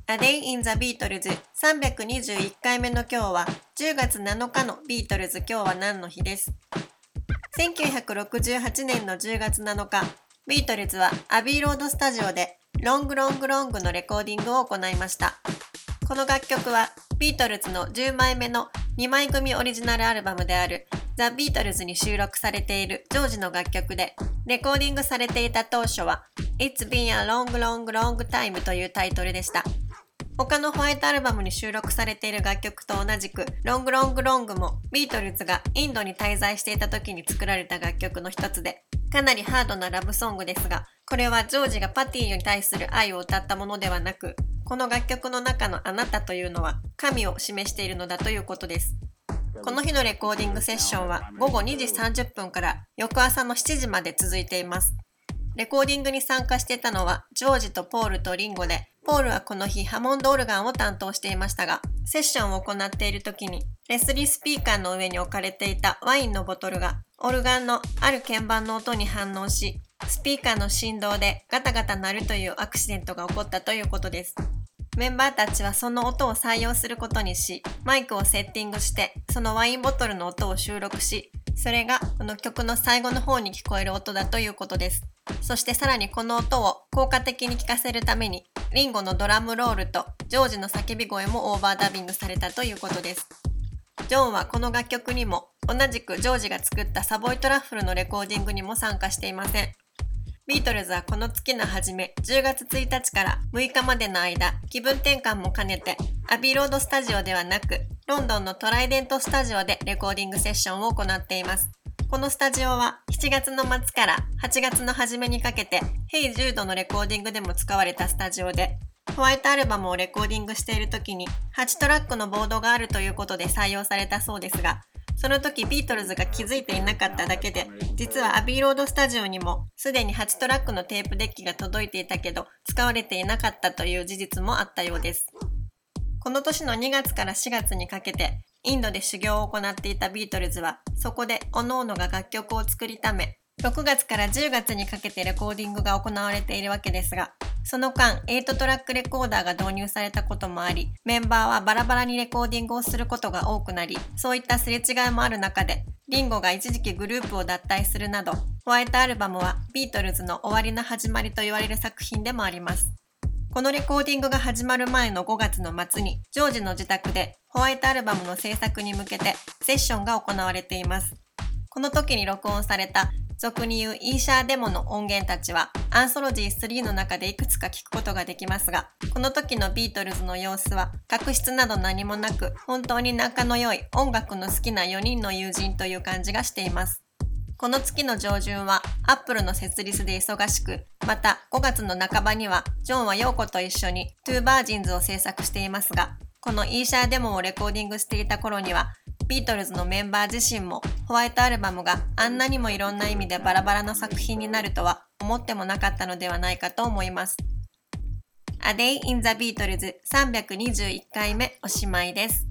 A Day in the Beatles 321回目の今日は10月7日のビートルズ今日は何の日です。1968年の10月7日、ビートルズはアビーロードスタジオでロングのレコーディングを行いました。この楽曲はビートルズの10枚目の2枚組オリジナルアルバムであるザ・ビートルズに収録されているジョージの楽曲で、レコーディングされていた当初は It's been a long time というタイトルでした。他のホワイトアルバムに収録されている楽曲と同じくロングもビートルズがインドに滞在していた時に作られた楽曲の一つで、かなりハードなラブソングですが、これはジョージがパティに対する愛を歌ったものではなく、この楽曲の中のあなたというのは神を示しているのだということです。この日のレコーディングセッションは午後2時30分から翌朝の7時まで続いています。レコーディングに参加していたのはジョージとポールとリンゴで、ポールはこの日ハモンドオルガンを担当していましたが、セッションを行っている時にレスリースピーカーの上に置かれていたワインのボトルがオルガンのある鍵盤の音に反応し、スピーカーの振動でガタガタ鳴るというアクシデントが起こったということです。メンバーたちはその音を採用することにし、マイクをセッティングしてそのワインボトルの音を収録し、それがこの曲の最後の方に聞こえる音だということです。そしてさらにこの音を効果的に聞かせるために、リンゴのドラムロールとジョージの叫び声もオーバーダビングされたということです。ジョンはこの楽曲にも同じくジョージが作ったサボイトラッフルのレコーディングにも参加していません。ビートルズはこの月の初め10月1日から6日までの間、気分転換も兼ねてアビーロードスタジオではなくロンドンのトライデントスタジオでレコーディングセッションを行っています。このスタジオは7月の末から8月の初めにかけてヘイジュードのレコーディングでも使われたスタジオで、ホワイトアルバムをレコーディングしている時に8トラックのボードがあるということで採用されたそうですが、その時ビートルズが気づいていなかっただけで、実はアビーロードスタジオにもすでに8トラックのテープデッキが届いていたけど使われていなかったという事実もあったようです。この年の2月から4月にかけてインドで修行を行っていたビートルズは、そこで各々が楽曲を作りため、6月から10月にかけてレコーディングが行われているわけですが、その間8トラックレコーダーが導入されたこともあり、メンバーはバラバラにレコーディングをすることが多くなり、そういったすれ違いもある中で、リンゴが一時期グループを脱退するなど、ホワイトアルバムはビートルズの終わりの始まりと言われる作品でもあります。このレコーディングが始まる前の5月の末に、ジョージの自宅でホワイトアルバムの制作に向けてセッションが行われています。この時に録音された俗に言うイーシャーデモの音源たちはアンソロジー3の中でいくつか聞くことができますが、この時のビートルズの様子は確執など何もなく、本当に仲の良い音楽の好きな4人の友人という感じがしています。この月の上旬はアップルの設立で忙しく、また5月の半ばにはジョンはヨーコと一緒にトゥーバージンズを制作していますが、このイーシャーデモをレコーディングしていた頃にはビートルズのメンバー自身もホワイトアルバムがあんなにもいろんな意味でバラバラの作品になるとは思ってもなかったのではないかと思います。A Day in the Beatles 321回目おしまいです。